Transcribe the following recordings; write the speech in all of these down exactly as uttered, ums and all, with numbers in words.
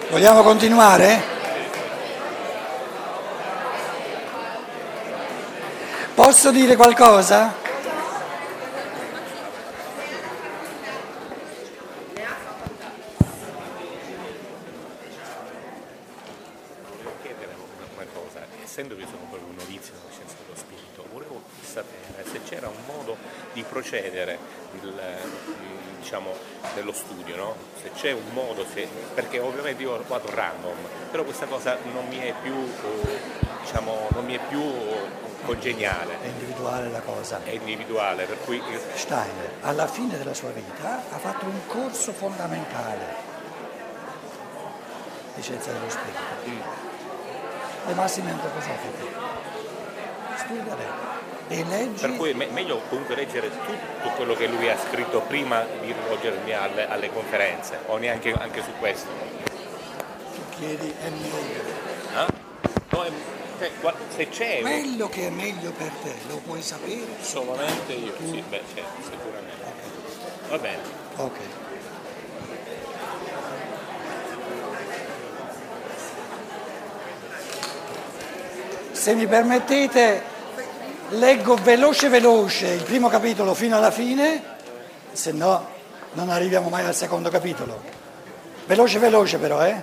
Vogliamo continuare? Posso dire qualcosa? Volevo chiedere una cosa, essendo che sono proprio un novizio nella scienza dello spirito, volevo sapere se c'era un modo di procedere il, diciamo, dello studio, no? Se c'è un modo, se, perché ovviamente io vado random, però questa cosa non mi è più, diciamo, non mi è più congeniale. È individuale la cosa. È individuale, per cui... Steiner, alla fine della sua vita, ha fatto un corso fondamentale di scienza dello spirito. Mm. Le massime antroposofiche. Studiale e leggi. Per cui è me- meglio comunque leggere tutto quello che lui ha scritto prima di rivolgermi alle, alle conferenze, o neanche anche su questo. Tu chiedi è meglio. Eh? No, è, cioè, qua- se c'è Quello che è meglio per te lo puoi sapere solamente io, sì, beh, c'è, sicuramente. Va bene. Ok. Se mi permettete, leggo veloce veloce il primo capitolo fino alla fine, se no non arriviamo mai al secondo capitolo. Veloce veloce però, eh?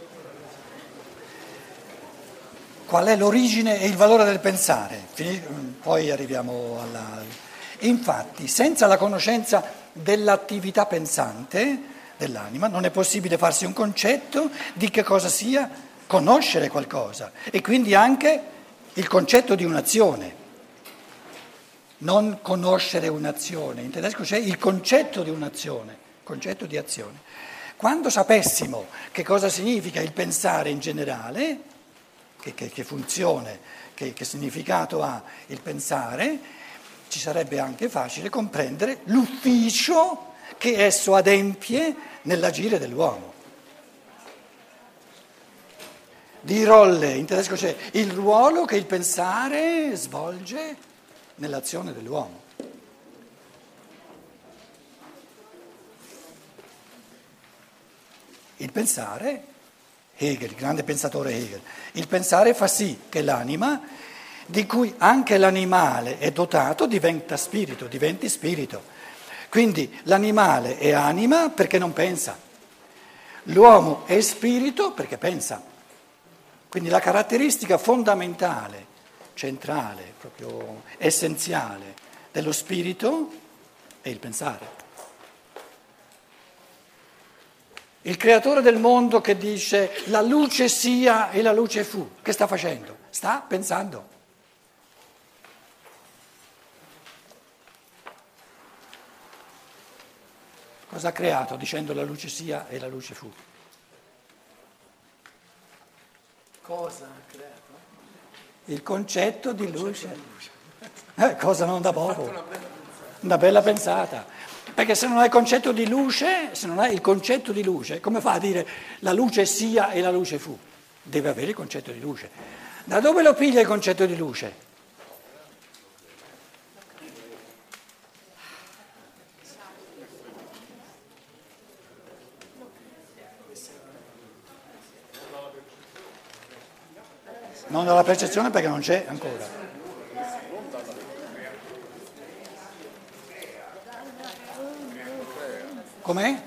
Qual è l'origine e il valore del pensare? Poi arriviamo alla... Infatti, senza la conoscenza dell'attività pensante dell'anima non è possibile farsi un concetto di che cosa sia conoscere qualcosa e quindi anche il concetto di un'azione. Non conoscere un'azione, in tedesco c'è il concetto di un'azione, concetto di azione. Quando sapessimo che cosa significa il pensare in generale, che, che, che funzione, che, che significato ha il pensare, ci sarebbe anche facile comprendere l'ufficio che esso adempie nell'agire dell'uomo. Di rolle, in tedesco c'è il ruolo che il pensare svolge nell'azione dell'uomo. Il pensare, Hegel, il grande pensatore Hegel, il pensare fa sì che l'anima, di cui anche l'animale è dotato, diventa spirito, diventi spirito. Quindi l'animale è anima perché non pensa, l'uomo è spirito perché pensa. Quindi la caratteristica fondamentale, centrale, proprio essenziale dello spirito è il pensare. Il creatore del mondo che dice la luce sia e la luce fu, che sta facendo? Sta pensando. Cosa ha creato dicendo la luce sia e la luce fu? Cosa ha creato? Il concetto di luce. Eh, cosa non da poco. Una bella pensata. Perché se non hai il concetto di luce, se non hai il concetto di luce, come fa a dire la luce sia e la luce fu? Deve avere il concetto di luce. Da dove lo piglia il concetto di luce? Non dalla percezione perché non c'è ancora. Com'è?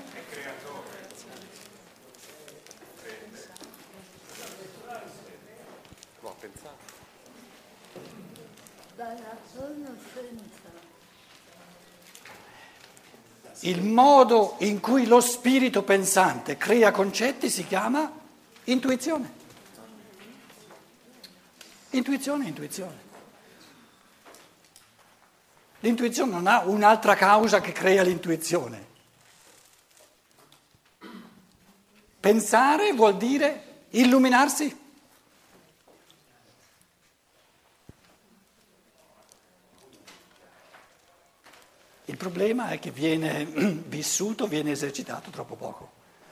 Dalla conoscenza. Il modo in cui lo spirito pensante crea concetti si chiama intuizione. Intuizione, intuizione. L'intuizione non ha un'altra causa che crea l'intuizione. Pensare vuol dire illuminarsi. Il problema è che viene vissuto, viene esercitato troppo poco.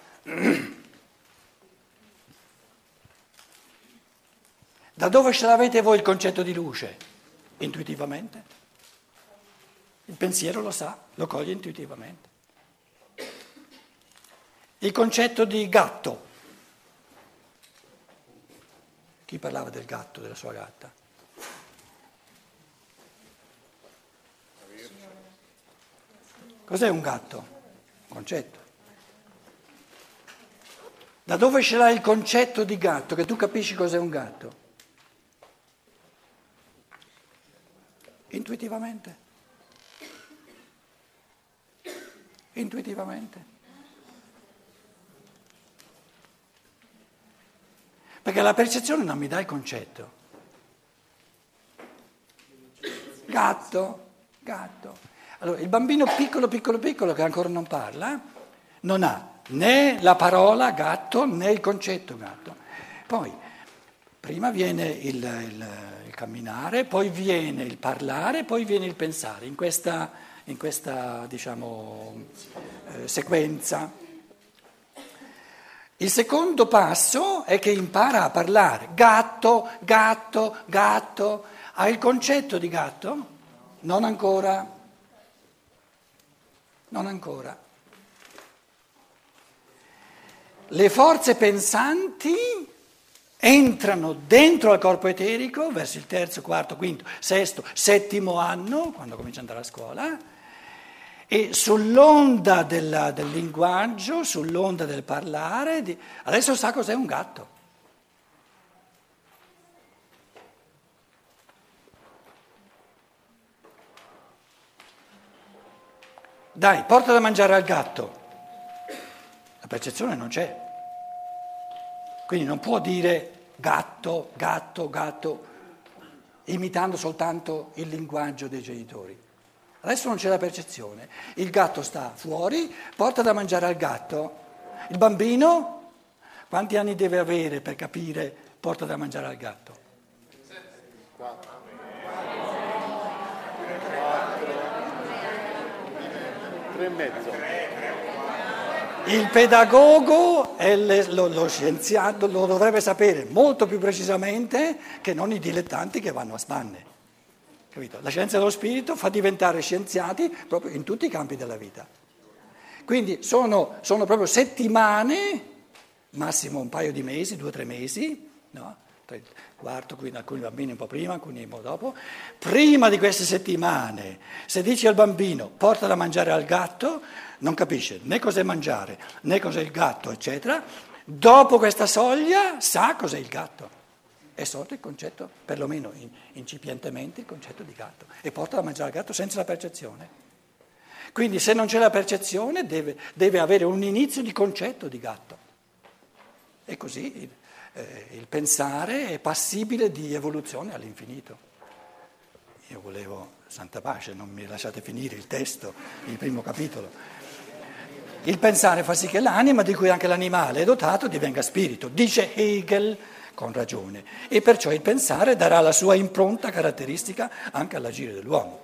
Da dove ce l'avete voi il concetto di luce? Intuitivamente. Il pensiero lo sa, lo coglie intuitivamente. Il concetto di gatto, Chi parlava del gatto, della sua gatta? Cos'è un gatto? Un concetto. Da dove ce l'hai il concetto di gatto, che tu capisci cos'è un gatto? Intuitivamente. Intuitivamente. Perché la percezione non mi dà il concetto. Gatto, gatto. Allora, il bambino piccolo, piccolo, piccolo, che ancora non parla, non ha né la parola gatto né il concetto gatto. Poi, prima viene il, il, il camminare, poi viene il parlare, poi viene il pensare, in questa, in questa diciamo, eh, sequenza. Il secondo passo è che impara a parlare. Gatto, gatto, gatto. Ha il concetto di gatto? Non ancora. Non ancora. Le forze pensanti entrano dentro al corpo eterico verso il terzo, quarto, quinto, sesto, settimo anno, quando comincia ad andare a scuola, e sull'onda della, del linguaggio, sull'onda del parlare, di, adesso sa cos'è un gatto. Dai, porta da mangiare al gatto. La percezione non c'è. Quindi non può dire gatto, gatto, gatto, imitando soltanto il linguaggio dei genitori. Adesso non c'è la percezione. Il gatto sta fuori, porta da mangiare al gatto. Il bambino, quanti anni deve avere per capire porta da mangiare al gatto? Quattro. Tre e mezzo. Il pedagogo e le, lo, lo scienziato lo dovrebbe sapere molto più precisamente che non i dilettanti che vanno a spanne. Capito? La scienza dello spirito fa diventare scienziati proprio in tutti i campi della vita. Quindi sono, sono proprio settimane, massimo un paio di mesi, due o tre mesi, no? Il quarto, quindi alcuni bambini un po' prima, alcuni un po' dopo. Prima di queste settimane, se dici al bambino porta da mangiare al gatto, non capisce né cos'è mangiare, né cos'è il gatto, eccetera. Dopo questa soglia sa cos'è il gatto. È sorto il concetto, perlomeno incipientemente, il concetto di gatto. E porta da mangiare al gatto senza la percezione. Quindi se non c'è la percezione deve, deve avere un inizio di concetto di gatto. E così il, eh, il pensare è passibile di evoluzione all'infinito. Io volevo, santa pace, non mi lasciate finire il testo, il primo capitolo. Il pensare fa sì che l'anima, di cui anche l'animale è dotato, divenga spirito. Dice Hegel con ragione. E perciò il pensare darà la sua impronta caratteristica anche all'agire dell'uomo.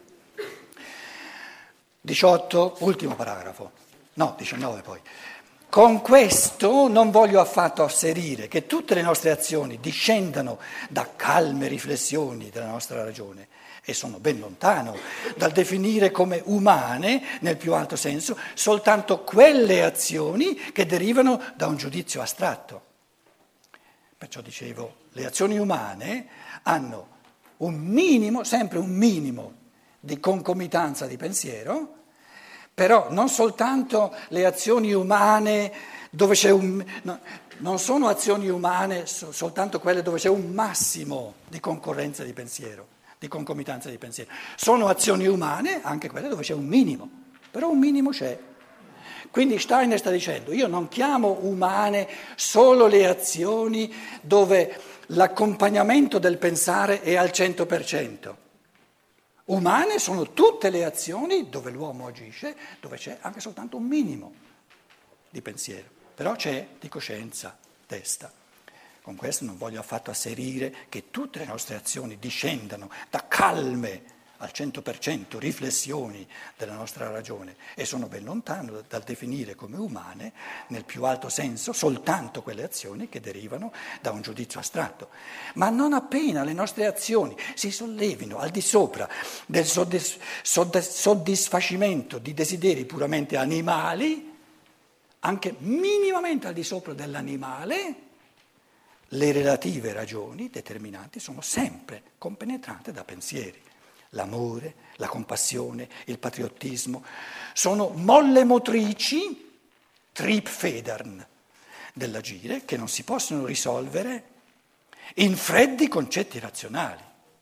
diciotto, ultimo paragrafo. No, diciannove poi. Con questo non voglio affatto asserire che tutte le nostre azioni discendano da calme riflessioni della nostra ragione e sono ben lontano dal definire come umane, nel più alto senso, soltanto quelle azioni che derivano da un giudizio astratto. Perciò dicevo, le azioni umane hanno un minimo, sempre un minimo di concomitanza di pensiero, però non soltanto le azioni umane dove c'è un... No, non sono azioni umane soltanto quelle dove c'è un massimo di concorrenza di pensiero, di concomitanza di pensiero. Sono azioni umane anche quelle dove c'è un minimo, però un minimo c'è. Quindi Steiner sta dicendo, io non chiamo umane solo le azioni dove l'accompagnamento del pensare è al cento per cento. Umane sono tutte le azioni dove l'uomo agisce, dove c'è anche soltanto un minimo di pensiero, però c'è di coscienza, testa. Con questo non voglio affatto asserire che tutte le nostre azioni discendano da calme al cento per cento riflessioni della nostra ragione e sono ben lontano dal definire come umane, nel più alto senso, soltanto quelle azioni che derivano da un giudizio astratto. Ma non appena le nostre azioni si sollevino al di sopra del soddisf- soddisfacimento di desideri puramente animali, anche minimamente al di sopra dell'animale, le relative ragioni determinanti sono sempre compenetrate da pensieri. L'amore, la compassione, il patriottismo sono molle motrici, Triebfedern, dell'agire che non si possono risolvere in freddi concetti razionali.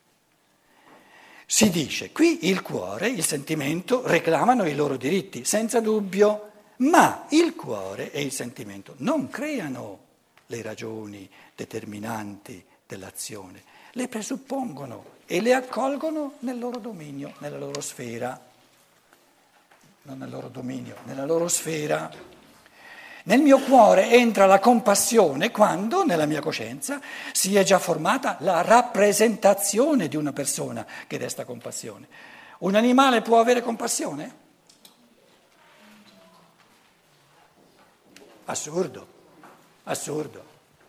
Si dice, qui il cuore, il sentimento reclamano i loro diritti, senza dubbio, ma il cuore e il sentimento non creano le ragioni determinanti dell'azione, le presuppongono e le accolgono nel loro dominio, nella loro sfera, non nel loro dominio, nella loro sfera. Nel mio cuore entra la compassione quando, nella mia coscienza, si è già formata la rappresentazione di una persona che desta compassione. Un animale può avere compassione? Assurdo, assurdo.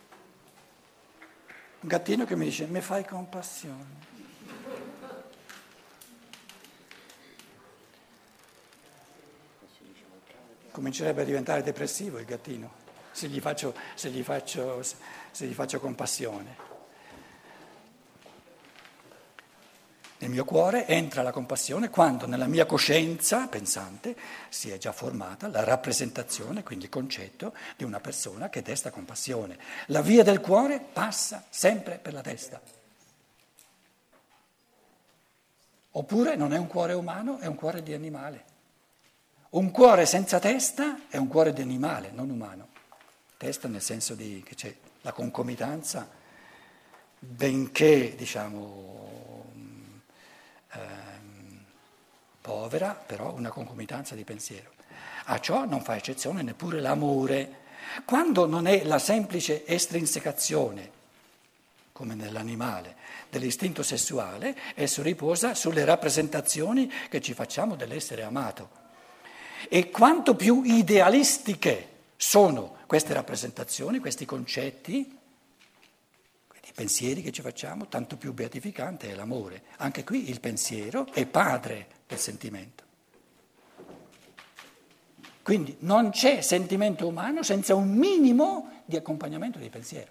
Un gattino che mi dice, mi fai compassione. Comincerebbe a diventare depressivo il gattino, se gli faccio, se gli faccio, se gli faccio compassione. Nel mio cuore entra la compassione quando nella mia coscienza pensante si è già formata la rappresentazione, quindi il concetto di una persona che desta compassione. La via del cuore passa sempre per la testa. Oppure non è un cuore umano, è un cuore di animale. Un cuore senza testa è un cuore di animale, non umano. Testa nel senso di che c'è la concomitanza, benché diciamo ehm, povera, però una concomitanza di pensiero. A ciò non fa eccezione neppure l'amore. Quando non è la semplice estrinsecazione, come nell'animale, dell'istinto sessuale, esso riposa sulle rappresentazioni che ci facciamo dell'essere amato. E quanto più idealistiche sono queste rappresentazioni, questi concetti, i pensieri che ci facciamo, tanto più beatificante è l'amore. Anche qui il pensiero è padre del sentimento. Quindi non c'è sentimento umano senza un minimo di accompagnamento di pensiero.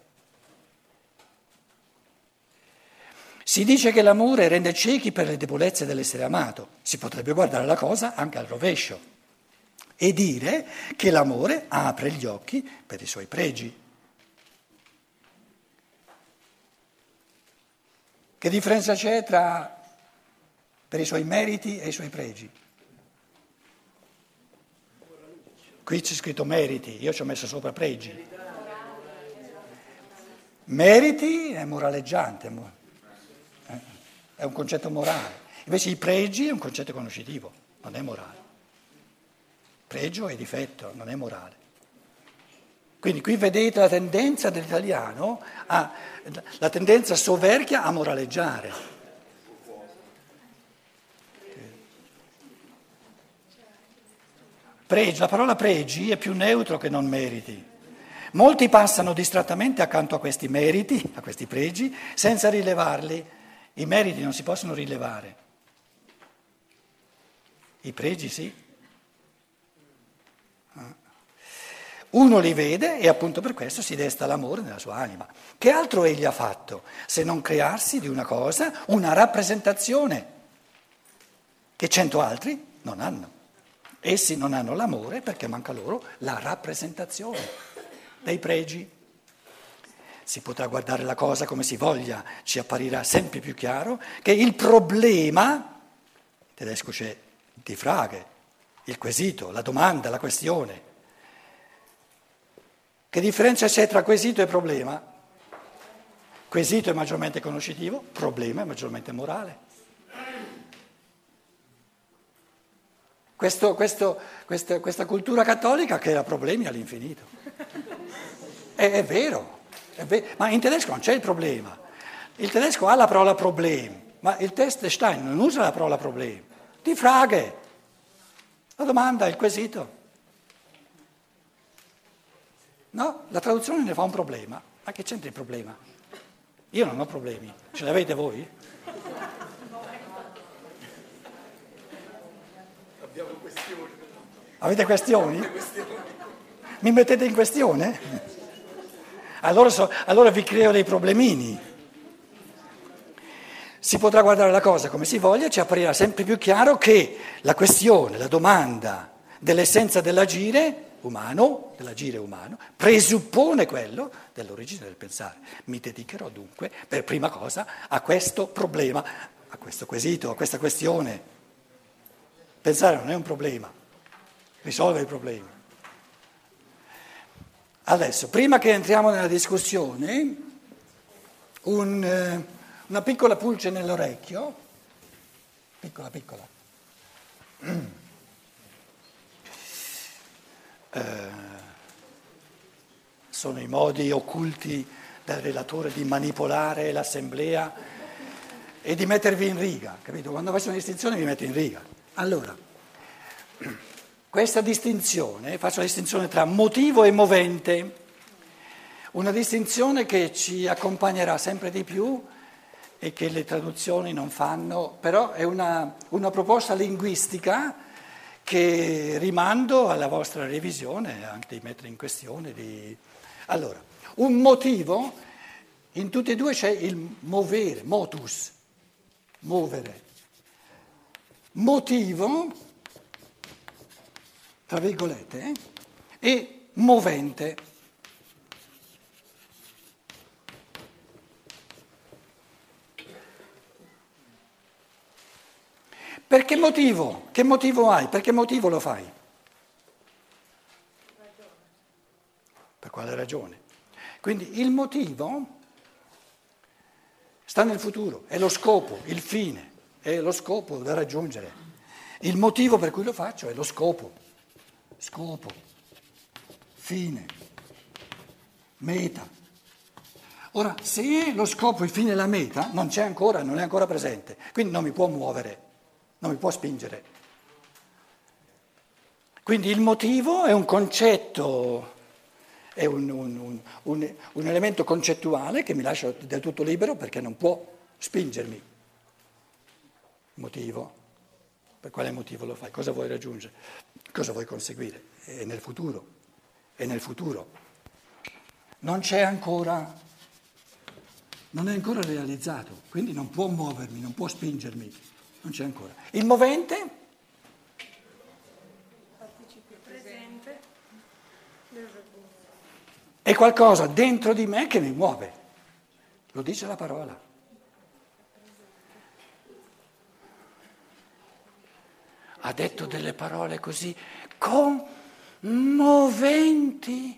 Si dice che l'amore rende ciechi per le debolezze dell'essere amato. Si potrebbe guardare la cosa anche al rovescio e dire che l'amore apre gli occhi per i suoi pregi. Che differenza c'è tra per i suoi meriti e i suoi pregi? Qui c'è scritto meriti, io ci ho messo sopra pregi. Meriti è moraleggiante, è un concetto morale. Invece i pregi è un concetto conoscitivo, non è morale. Pregio è difetto, non è morale. Quindi qui vedete la tendenza dell'italiano, a, la tendenza soverchia a moraleggiare. Pregi, la parola pregi è più neutro che non meriti. Molti passano distrattamente accanto a questi meriti, a questi pregi, senza rilevarli. I meriti non si possono rilevare. I pregi sì. Uno li vede e appunto per questo si desta l'amore nella sua anima. Che altro egli ha fatto se non crearsi di una cosa una rappresentazione che cento altri non hanno? Essi non hanno l'amore perché manca loro la rappresentazione dei pregi. Si potrà guardare la cosa come si voglia, ci apparirà sempre più chiaro che il problema, in tedesco c'è die Frage, il quesito, la domanda, la questione. Che differenza c'è tra quesito e problema? Quesito è maggiormente conoscitivo, problema è maggiormente morale. Questo, questo, questa, questa cultura cattolica crea problemi all'infinito. È, è vero, è vero, ma in tedesco non c'è il problema. Il tedesco ha la parola Problem, ma il testo Stein non usa la parola Problem. Die Frage, la domanda, il quesito. No, la traduzione ne fa un problema. Ma che c'entra il problema? Io non ho problemi. Ce li avete voi? Abbiamo questioni. Avete questioni? Mi mettete in questione? allora, so, allora vi creo dei problemini. Si potrà guardare la cosa come si voglia, ci apparirà sempre più chiaro che la questione, la domanda dell'essenza dell'agire umano, dell'agire umano, presuppone quello dell'origine del pensare. Mi dedicherò dunque, per prima cosa, a questo problema, a questo quesito, a questa questione. Pensare non è un problema, risolve i problemi. Adesso, prima che entriamo nella discussione, un, eh, una piccola pulce nell'orecchio, piccola, piccola. Eh, sono i modi occulti del relatore di manipolare l'assemblea e di mettervi in riga, capito? Quando faccio una distinzione vi metto in riga. Allora, questa distinzione, faccio la distinzione tra motivo e movente, una distinzione che ci accompagnerà sempre di più e che le traduzioni non fanno, però è una, una proposta linguistica che rimando alla vostra revisione, anche di mettere in questione. Di... Allora, un motivo, in tutti e due c'è il movere, motus, muovere. Motivo, tra virgolette, eh, e movente. Per che motivo? Che motivo hai? Per che motivo lo fai? Per quale ragione? Quindi il motivo sta nel futuro, è lo scopo, il fine, è lo scopo da raggiungere. Il motivo per cui lo faccio è lo scopo, scopo, fine, meta. Ora, se lo scopo, il fine e la meta non c'è ancora, non è ancora presente, quindi non mi può muovere. Non mi può spingere. Quindi il motivo è un concetto, è un, un, un, un, un elemento concettuale che mi lascia del tutto libero perché non può spingermi. Motivo. Per quale motivo lo fai? Cosa vuoi raggiungere? Cosa vuoi conseguire? È nel futuro. È nel futuro. Non c'è ancora, non è ancora realizzato, quindi non può muovermi, non può spingermi. Non c'è ancora. Il movente? Participio presente del recurso. È qualcosa dentro di me che mi muove. Lo dice la parola. Ha detto delle parole così commoventi.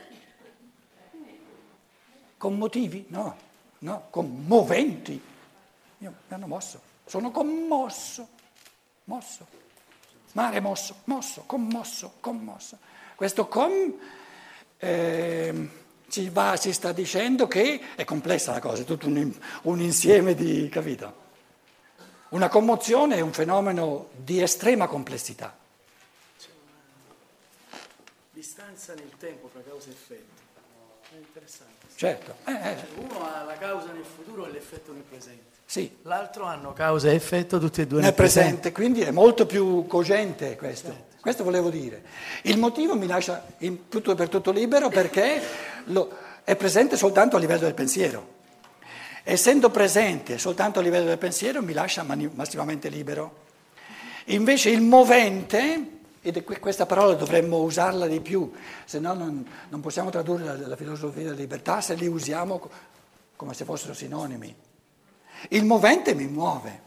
Con motivi? No, no, commoventi. Io mi hanno mosso. Sono commosso, mosso, mare mosso, mosso, commosso, commosso. Questo com eh, ci, va, ci sta dicendo che è complessa la cosa, è tutto un, un insieme di, capito? Una commozione è un fenomeno di estrema complessità. C'è una distanza nel tempo tra causa e effetto, è interessante. Certo. Eh, eh. Cioè, uno ha la causa nel futuro e l'effetto nel presente. Sì. L'altro hanno causa e effetto tutti e due nel, nel presente, presente, quindi è molto più cogente questo. Certo. Questo volevo dire. Il motivo mi lascia in tutto e per tutto libero perché lo, è presente soltanto a livello del pensiero. Essendo presente soltanto a livello del pensiero mi lascia mani- massimamente libero. Invece il movente, e questa parola dovremmo usarla di più, se no non, non possiamo tradurre la, la filosofia della libertà se li usiamo come se fossero sinonimi. Il movente mi muove.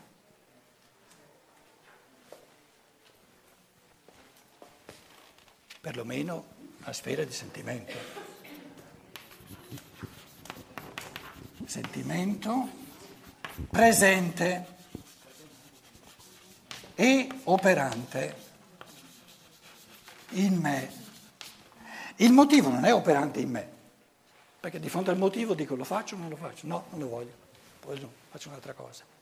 Perlomeno la sfera di sentimento. Sentimento presente e operante in me. Il motivo non è operante in me, perché di fronte al motivo dico lo faccio o non lo faccio? No, non lo voglio, poi no, faccio un'altra cosa.